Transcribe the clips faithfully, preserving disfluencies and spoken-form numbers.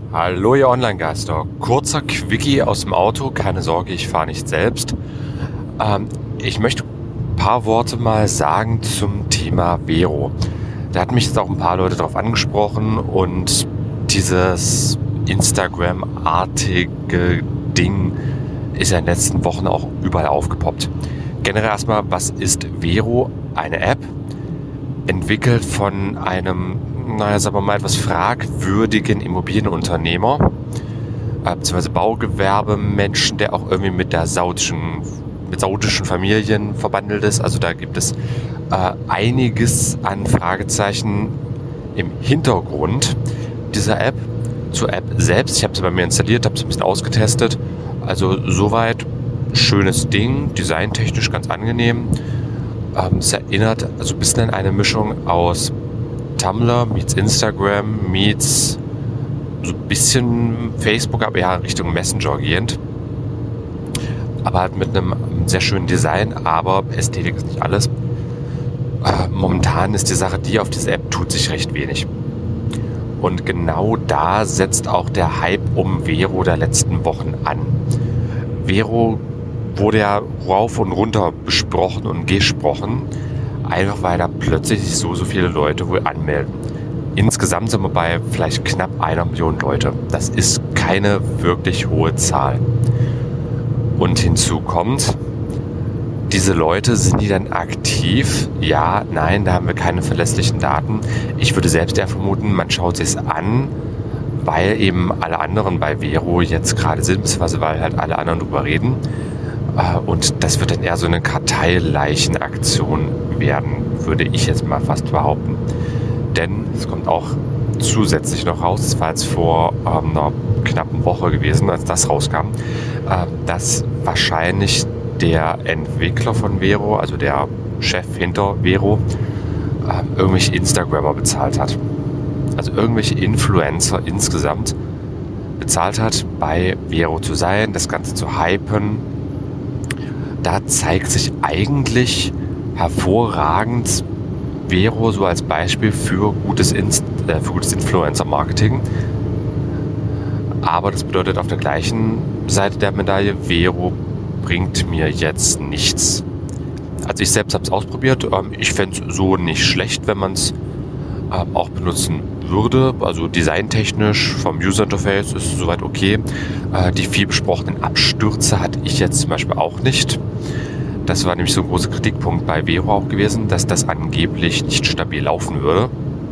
Hallo ihr Online-Geister, kurzer Quickie aus dem Auto, keine Sorge, ich fahre nicht selbst. Ähm, ich möchte ein paar Worte mal sagen zum Thema Vero. Da hatten mich jetzt auch ein paar Leute darauf angesprochen und dieses Instagram-artige Ding ist ja in den letzten Wochen auch überall aufgepoppt. Generell erstmal, was ist Vero? Eine App, entwickelt von einem, naja, sagen wir mal, etwas fragwürdigen Immobilienunternehmer, äh, beziehungsweise Baugewerbemenschen, der auch irgendwie mit der saudischen, mit saudischen Familien verbandelt ist. Also da gibt es äh, einiges an Fragezeichen im Hintergrund dieser App. Zur App selbst, ich habe sie bei mir installiert, habe sie ein bisschen ausgetestet. Also soweit schönes Ding, designtechnisch ganz angenehm. Ähm, es erinnert also ein bisschen an eine Mischung aus Tumblr meets Instagram meets so ein bisschen Facebook, aber eher Richtung Messenger gehend. Aber halt mit einem sehr schönen Design, aber Ästhetik ist nicht alles. Äh, momentan ist die Sache, die auf dieser App tut sich recht wenig. Und genau da setzt auch der Hype um Vero der letzten Wochen an. Vero wurde ja rauf und runter besprochen und gesprochen, einfach weil da plötzlich sich so, so viele Leute wohl anmelden. Insgesamt sind wir bei vielleicht knapp einer Million Leute. Das ist keine wirklich hohe Zahl. Und hinzu kommt, diese Leute, sind die dann aktiv? Ja, nein, da haben wir keine verlässlichen Daten. Ich würde selbst eher vermuten, man schaut sich es an, weil eben alle anderen bei Vero jetzt gerade sind, beziehungsweise weil halt alle anderen drüber reden. Und das wird dann eher so eine Karteileichenaktion werden, würde ich jetzt mal fast behaupten. Denn es kommt auch zusätzlich noch raus, das war jetzt vor ähm, einer knappen Woche gewesen, als das rauskam, äh, dass wahrscheinlich der Entwickler von Vero, also der Chef hinter Vero, äh, irgendwelche Instagrammer bezahlt hat. Also irgendwelche Influencer insgesamt bezahlt hat, bei Vero zu sein, das Ganze zu hypen. Da zeigt sich eigentlich hervorragend Vero so als Beispiel für gutes, Inst- äh, für gutes Influencer-Marketing. Aber das bedeutet auf der gleichen Seite der Medaille, Vero bringt mir jetzt nichts. Also ich selbst habe es ausprobiert. Ähm, ich fände es so nicht schlecht, wenn man es ähm, auch benutzen würde. Also designtechnisch vom User-Interface ist es soweit okay. Äh, die viel besprochenen Abstürze hatte ich jetzt zum Beispiel auch nicht. Das war nämlich so ein großer Kritikpunkt bei Vero auch gewesen, dass das angeblich nicht stabil laufen würde.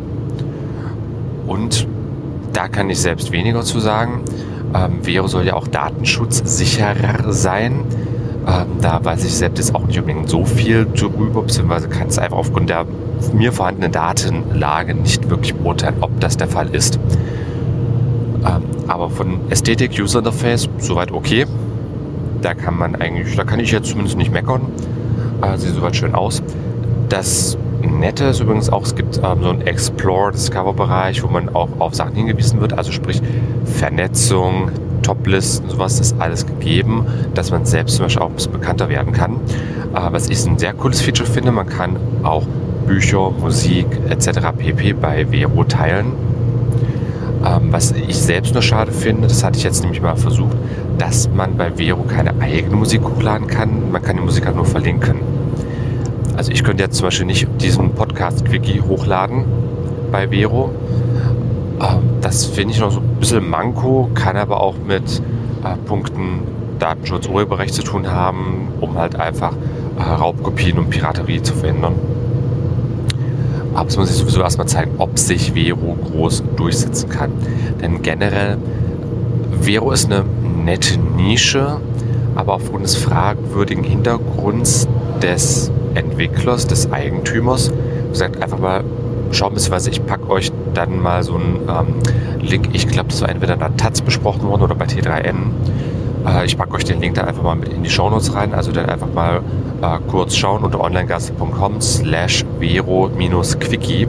Und da kann ich selbst weniger zu sagen. Ähm, Vero soll ja auch datenschutzsicherer sein. Ähm, da weiß ich selbst jetzt auch nicht unbedingt so viel darüber, beziehungsweise kann es einfach aufgrund der mir vorhandenen Datenlage nicht wirklich beurteilen, ob das der Fall ist. Ähm, aber von Ästhetik, User Interface, soweit okay. Da kann man eigentlich, da kann ich jetzt zumindest nicht meckern. Äh, sieht soweit schön aus. Das Nette ist übrigens auch, es gibt ähm, so einen Explore-Discover-Bereich, wo man auch auf Sachen hingewiesen wird, also sprich Vernetzung, Toplisten, sowas ist alles gegeben, dass man selbst zum Beispiel auch ein bisschen bekannter werden kann. Äh, was ich ein sehr cooles Feature finde, man kann auch Bücher, Musik et cetera pp. Bei Vero teilen. Ähm, was ich selbst nur schade finde, das hatte ich jetzt nämlich mal versucht, dass man bei Vero keine eigene Musik hochladen kann, man kann die Musik halt nur verlinken. Also ich könnte jetzt zum Beispiel nicht diesen Podcast-Quickie hochladen bei Vero. Ähm, das finde ich noch so ein bisschen Manko, kann aber auch mit äh, Punkten Datenschutz, Urheberrecht zu tun haben, um halt einfach äh, Raubkopien und Piraterie zu verhindern. Aber es muss sich sowieso erstmal zeigen, ob sich Vero groß durchsetzen kann. Denn generell, Vero ist eine nette Nische, aber aufgrund des fragwürdigen Hintergrunds des Entwicklers, des Eigentümers, wie gesagt, einfach mal schauen, beziehungsweise ich packe euch dann mal so einen ähm, Link, ich glaube, das war entweder in der Taz besprochen worden oder bei T drei N. Äh, ich packe euch den Link dann einfach mal mit in die Shownotes rein, also dann einfach mal äh, kurz schauen unter onlinegeister punkt com slash vero minus quickie.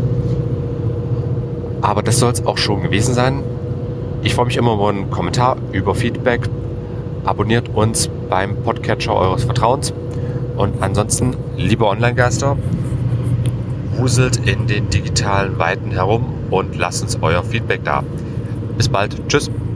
Aber das soll es auch schon gewesen sein. Ich freue mich immer über einen Kommentar, über Feedback. Abonniert uns beim Podcatcher eures Vertrauens. Und ansonsten, liebe Online-Geister, wuselt in den digitalen Weiten herum und lasst uns euer Feedback da. Bis bald. Tschüss.